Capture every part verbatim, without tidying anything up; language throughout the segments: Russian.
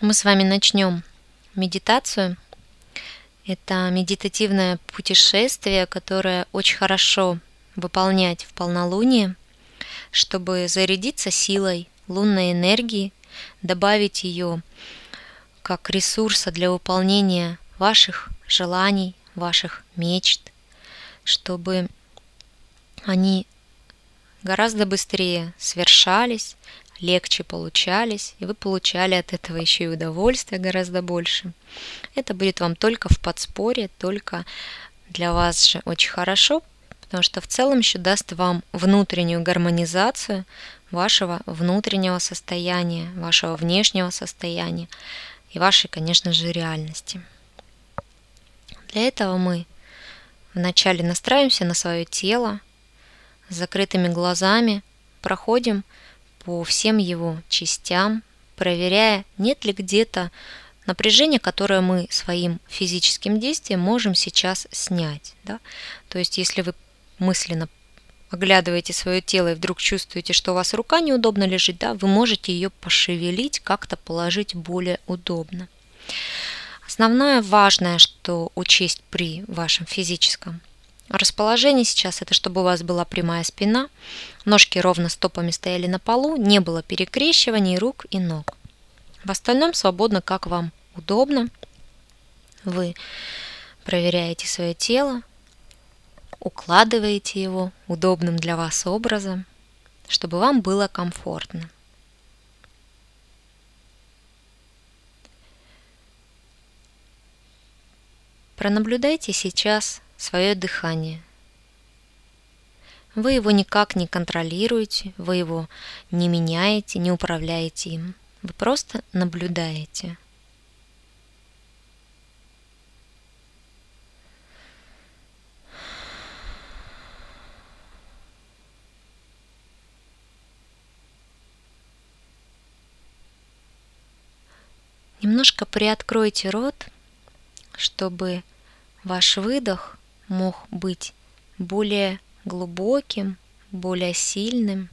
Мы с вами начнем медитацию. Это медитативное путешествие, которое очень хорошо выполнять в полнолуние, чтобы зарядиться силой лунной энергии, добавить ее как ресурса для выполнения ваших желаний, ваших мечт, чтобы они гораздо быстрее свершались, легче получались, и вы получали от этого еще и удовольствие гораздо больше. Это будет вам только в подспорье, только для вас же очень хорошо, потому что в целом еще даст вам внутреннюю гармонизацию вашего внутреннего состояния, вашего внешнего состояния и вашей, конечно же, реальности. Для этого мы вначале настраиваемся на свое тело, с закрытыми глазами проходим по всем его частям, проверяя, нет ли где-то напряжения, которое мы своим физическим действием можем сейчас снять. Да? То есть, если вы мысленно оглядываете свое тело и вдруг чувствуете, что у вас рука неудобно лежит, да, вы можете ее пошевелить, как-то положить более удобно. Основное важное, что учесть при вашем физическом расположение сейчас, это чтобы у вас была прямая спина, ножки ровно стопами стояли на полу, не было перекрещиваний рук и ног. В остальном свободно, как вам удобно. Вы проверяете свое тело, укладываете его удобным для вас образом, чтобы вам было комфортно. Пронаблюдайте сейчас свое дыхание. Вы его никак не контролируете, вы его не меняете, не управляете им. Вы просто наблюдаете. Немножко приоткройте рот, чтобы ваш выдох мог быть более глубоким, более сильным,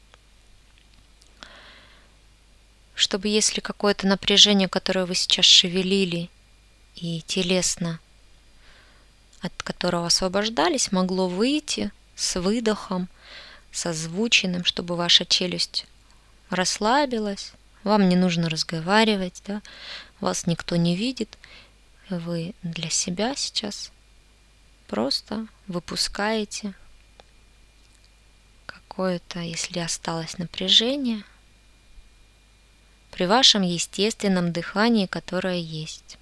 чтобы если какое-то напряжение, которое вы сейчас шевелили и телесно, от которого освобождались, могло выйти с выдохом, созвученным, чтобы ваша челюсть расслабилась, вам не нужно разговаривать, да? Вас никто не видит, вы для себя сейчас просто выпускаете какое-то, если осталось напряжение, при вашем естественном дыхании, которое есть.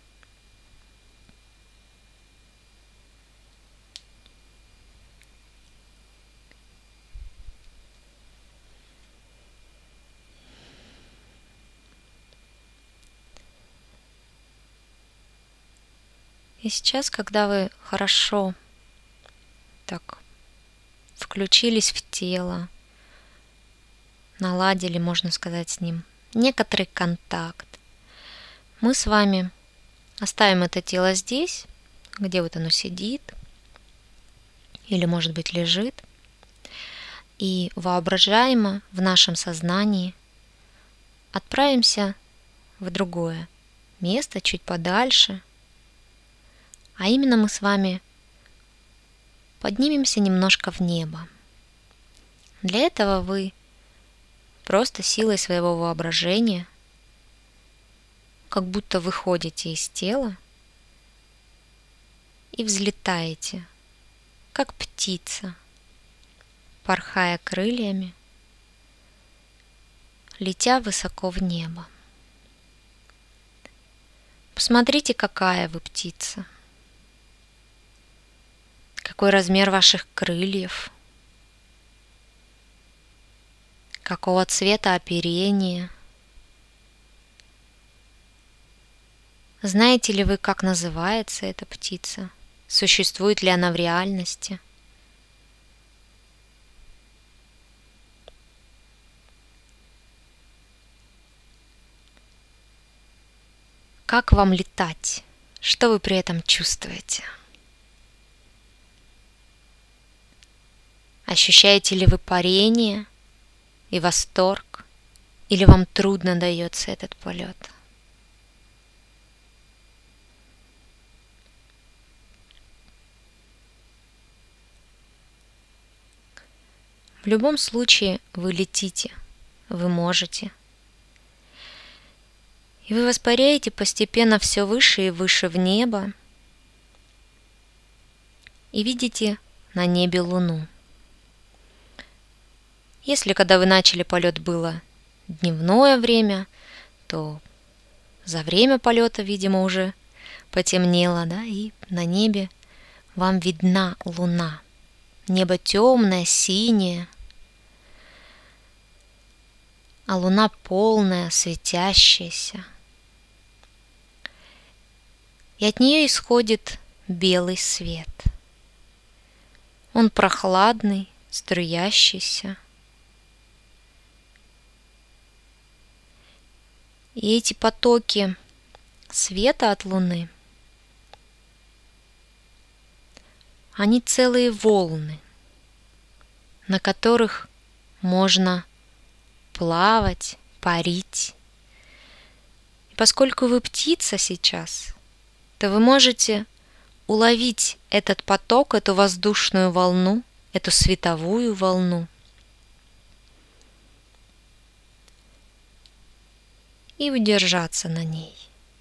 И сейчас, когда вы хорошо так включились в тело, наладили, можно сказать, с ним некоторый контакт, мы с вами оставим это тело здесь, где вот оно сидит, или, может быть, лежит, и воображаемо в нашем сознании отправимся в другое место, чуть подальше, а именно мы с вами поднимемся немножко в небо. Для этого вы просто силой своего воображения как будто выходите из тела и взлетаете, как птица, порхая крыльями, летя высоко в небо. Посмотрите, какая вы птица. Какой размер ваших крыльев, какого цвета оперение. Знаете ли вы, как называется эта птица? Существует ли она в реальности? Как вам летать? Что вы при этом чувствуете? Ощущаете ли вы парение и восторг? Или вам трудно дается этот полет? В любом случае вы летите, вы можете. И вы воспаряете постепенно все выше и выше в небо и видите на небе Луну. Если когда вы начали полет было дневное время, то за время полета, видимо, уже потемнело, да, и на небе вам видна Луна. Небо темное, синее, а Луна полная, светящаяся. И от нее исходит белый свет. Он прохладный, струящийся. И эти потоки света от Луны, они целые волны, на которых можно плавать, парить. И поскольку вы птица сейчас, то вы можете уловить этот поток, эту воздушную волну, эту световую волну и удержаться на ней.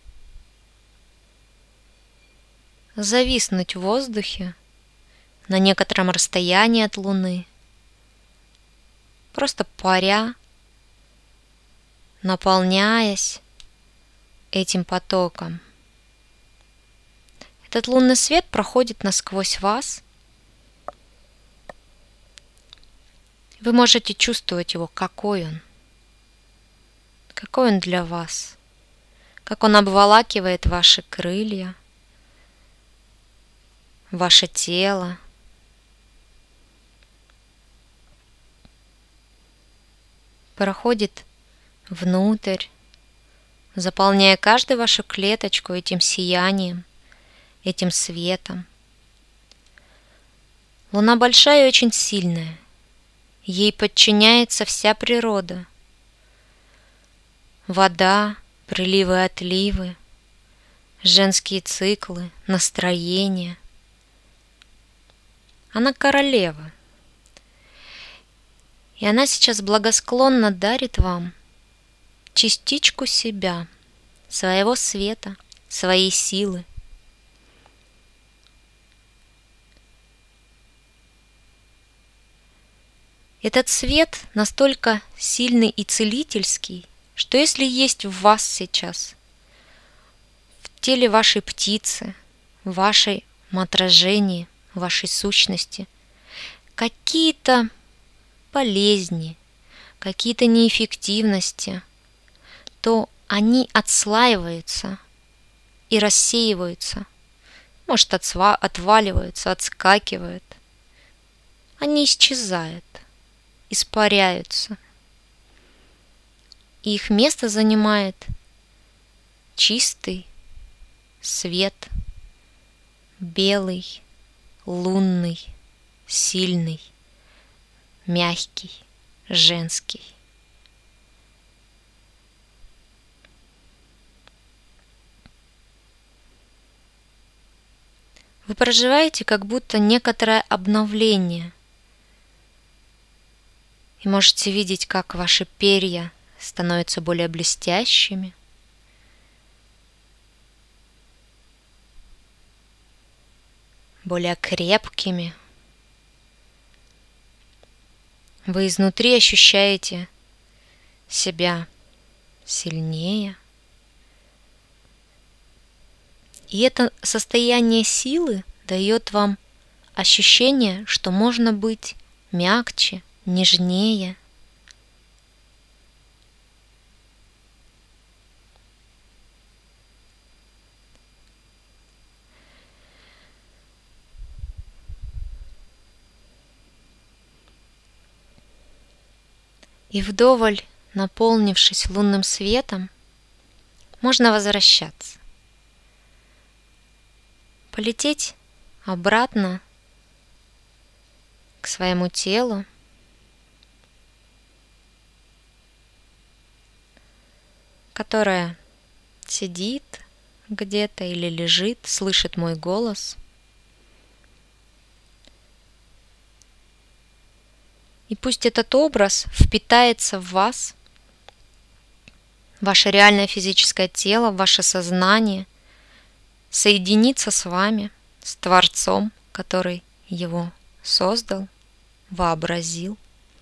Зависнуть в воздухе на некотором расстоянии от Луны, просто паря, наполняясь этим потоком. Этот лунный свет проходит насквозь вас. Вы можете чувствовать его, какой он. Какой он для вас. Как он обволакивает ваши крылья, ваше тело. Проходит внутрь, заполняя каждую вашу клеточку этим сиянием, этим светом. Луна большая и очень сильная. Ей подчиняется вся природа. Вода, приливы и отливы, женские циклы, настроение. Она королева. И она сейчас благосклонно дарит вам частичку себя, своего света, своей силы. Этот свет настолько сильный и целительский, что если есть в вас сейчас, в теле вашей птицы, в вашей отражении, в вашей сущности, какие-то болезни, какие-то неэффективности, то они отслаиваются и рассеиваются, может, отсва- отваливаются, отскакивают. Они исчезают, испаряются. И их место занимает чистый свет, белый, лунный, сильный, мягкий, женский. Вы проживаете как будто некоторое обновление. И можете видеть, как ваши перья становятся более блестящими. Более крепкими. Вы изнутри ощущаете себя сильнее. И это состояние силы дает вам ощущение, что можно быть мягче, нежнее. И вдоволь наполнившись лунным светом, можно возвращаться. Полететь обратно к своему телу. Которое сидит где-то или лежит, слышит мой голос. И пусть этот образ впитается в вас, в ваше реальное физическое тело, в ваше сознание, соединится с вами, с Творцом, который его создал, вообразил.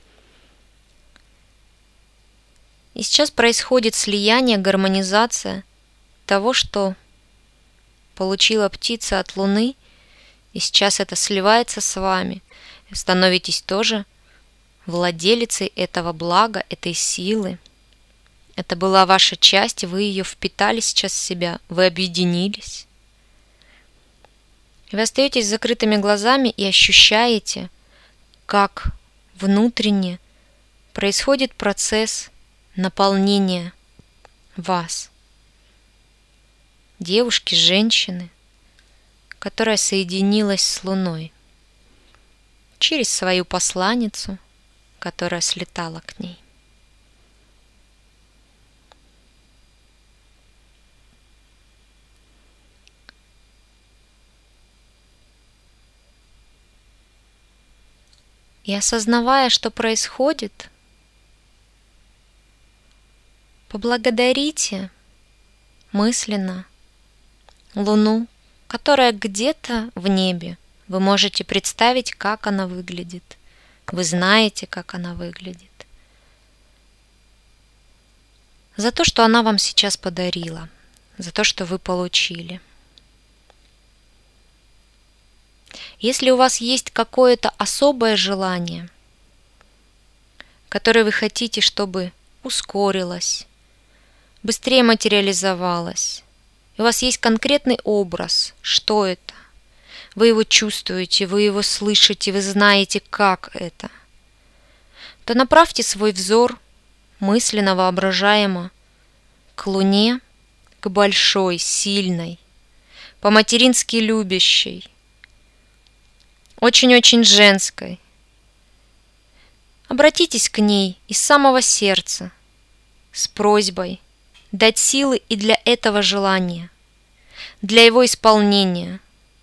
И сейчас происходит слияние, гармонизация того, что получила птица от Луны, и сейчас это сливается с вами. Вы становитесь тоже владелицей этого блага, этой силы. Это была ваша часть, вы ее впитали сейчас в себя, вы объединились. Вы остаетесь с закрытыми глазами и ощущаете, как внутренне происходит процесс наполнения вас. Девушки, женщины, которая соединилась с Луной через свою посланницу, которая слетала к ней. И осознавая, что происходит, поблагодарите мысленно Луну, которая где-то в небе. Вы можете представить, как она выглядит. Вы знаете, как она выглядит. За то, что она вам сейчас подарила, за то, что вы получили. Если у вас есть какое-то особое желание, которое вы хотите, чтобы ускорилось, быстрее материализовалось, и у вас есть конкретный образ, что это, вы его чувствуете, вы его слышите, вы знаете, как это, то направьте свой взор мысленно, воображаемо к Луне, к большой, сильной, по-матерински любящей, очень-очень женской. Обратитесь к ней из самого сердца с просьбой дать силы и для этого желания, для его исполнения.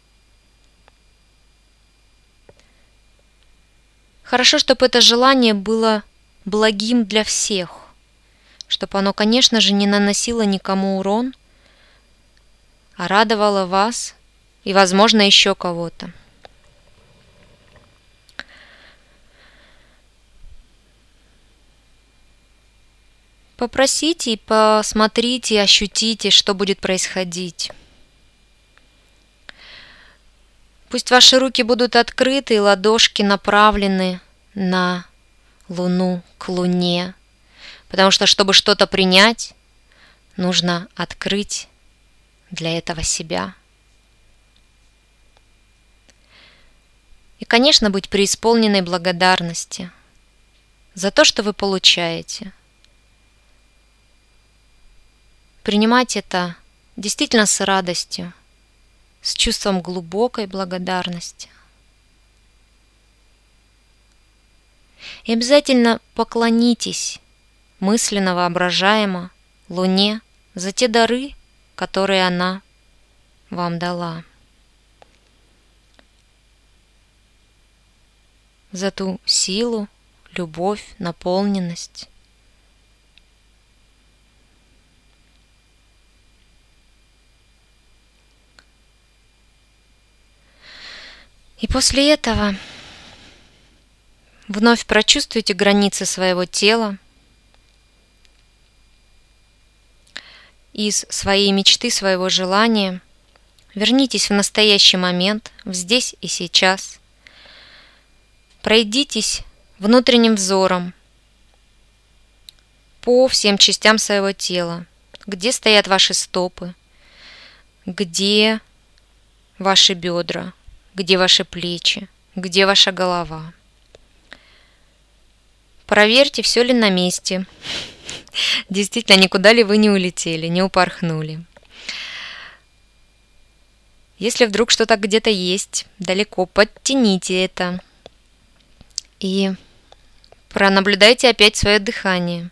Хорошо, чтобы это желание было благим для всех, чтобы оно, конечно же, не наносило никому урон, а радовало вас и, возможно, еще кого-то. Попросите и посмотрите, ощутите, что будет происходить. Пусть ваши руки будут открыты и ладошки направлены на Луну, к Луне. Потому что, чтобы что-то принять, нужно открыть для этого себя. И, конечно, быть преисполненной благодарности за то, что вы получаете. Принимать это действительно с радостью, с чувством глубокой благодарности. И обязательно поклонитесь мысленно, воображаемо Луне за те дары, которые она вам дала. За ту силу, любовь, наполненность. И после этого вновь прочувствуйте границы своего тела, из своей мечты, своего желания. Вернитесь в настоящий момент, в здесь и сейчас. Пройдитесь внутренним взором по всем частям своего тела, где стоят ваши стопы, где ваши бедра, где ваши плечи, где ваша голова. Проверьте, все ли на месте. Действительно, никуда ли вы не улетели, не упорхнули. Если вдруг что-то где-то есть далеко, подтяните это. И пронаблюдайте опять свое дыхание.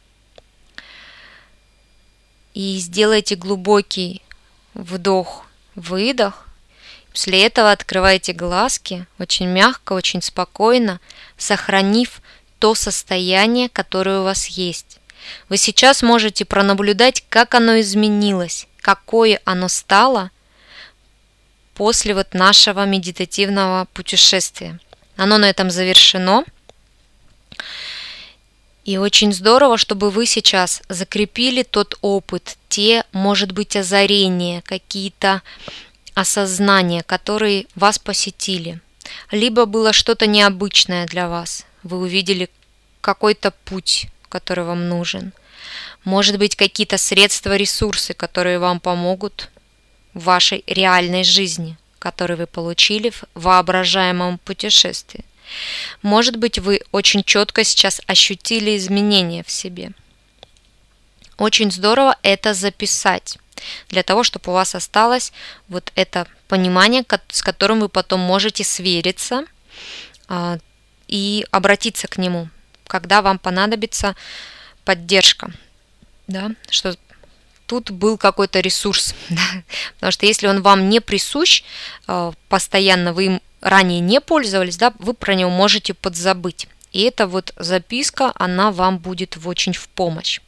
И сделайте глубокий вдох-выдох. После этого открывайте глазки очень мягко, очень спокойно, сохранив то состояние, которое у вас есть. Вы сейчас можете пронаблюдать, как оно изменилось, какое оно стало после вот нашего медитативного путешествия. Оно на этом завершено. И очень здорово, чтобы вы сейчас закрепили тот опыт, те, может быть, озарения, какие-то осознания, которые вас посетили. Либо было что-то необычное для вас. Вы увидели какой-то путь, который вам нужен. Может быть, какие-то средства, ресурсы, которые вам помогут в вашей реальной жизни, которые вы получили в воображаемом путешествии. Может быть, вы очень четко сейчас ощутили изменения в себе. Очень здорово это записать, для того, чтобы у вас осталось вот это понимание, с которым вы потом можете свериться и обратиться к нему, когда вам понадобится поддержка, да, что тут был какой-то ресурс, да, потому что если он вам не присущ, постоянно вы им ранее не пользовались, да, вы про него можете подзабыть. И эта вот записка, она вам будет в очень в помощь.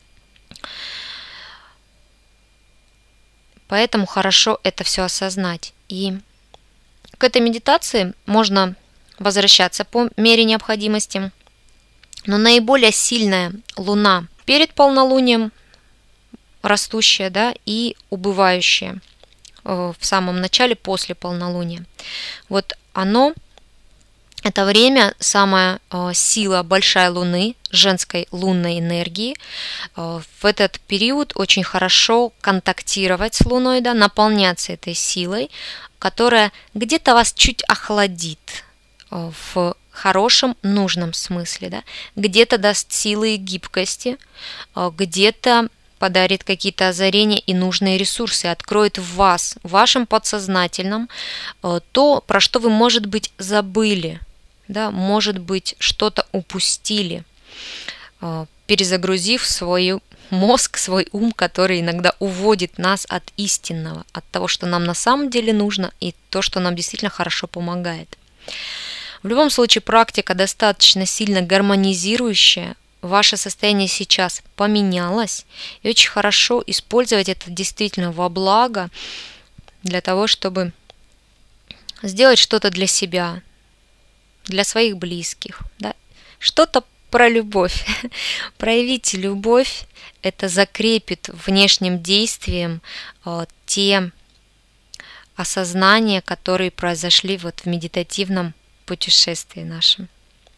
Поэтому хорошо это все осознать. И к этой медитации можно возвращаться по мере необходимости. Но наиболее сильная луна перед полнолунием, растущая, да, и убывающая в самом начале, после полнолуния. Вот оно, это время, самая сила большой Луны, женской лунной энергии. В этот период очень хорошо контактировать с Луной, да, наполняться этой силой, которая где-то вас чуть охладит в хорошем, нужном смысле, да, где-то даст силы и гибкости, где-то подарит какие-то озарения и нужные ресурсы, откроет в вас, в вашем подсознательном, то, про что вы, может быть, забыли, да, может быть, что-то упустили, перезагрузив свой мозг, свой ум, который иногда уводит нас от истинного, от того, что нам на самом деле нужно, и то, что нам действительно хорошо помогает. В любом случае, практика достаточно сильно гармонизирующая. Ваше состояние сейчас поменялось, и очень хорошо использовать это действительно во благо, для того, чтобы сделать что-то для себя, для своих близких, да? Что-то про любовь. Проявите любовь, это закрепит внешним действием э, те осознания, которые произошли вот в медитативном путешествии нашем.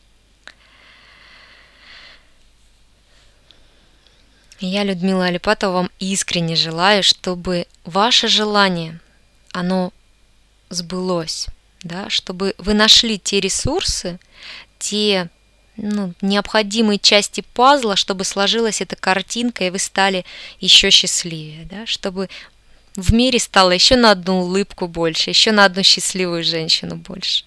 Я, Людмила Алипатова, вам искренне желаю, чтобы ваше желание, оно сбылось, да, чтобы вы нашли те ресурсы, те, ну, необходимые части пазла, чтобы сложилась эта картинка, и вы стали еще счастливее, да, чтобы в мире стало еще на одну улыбку больше, еще на одну счастливую женщину больше.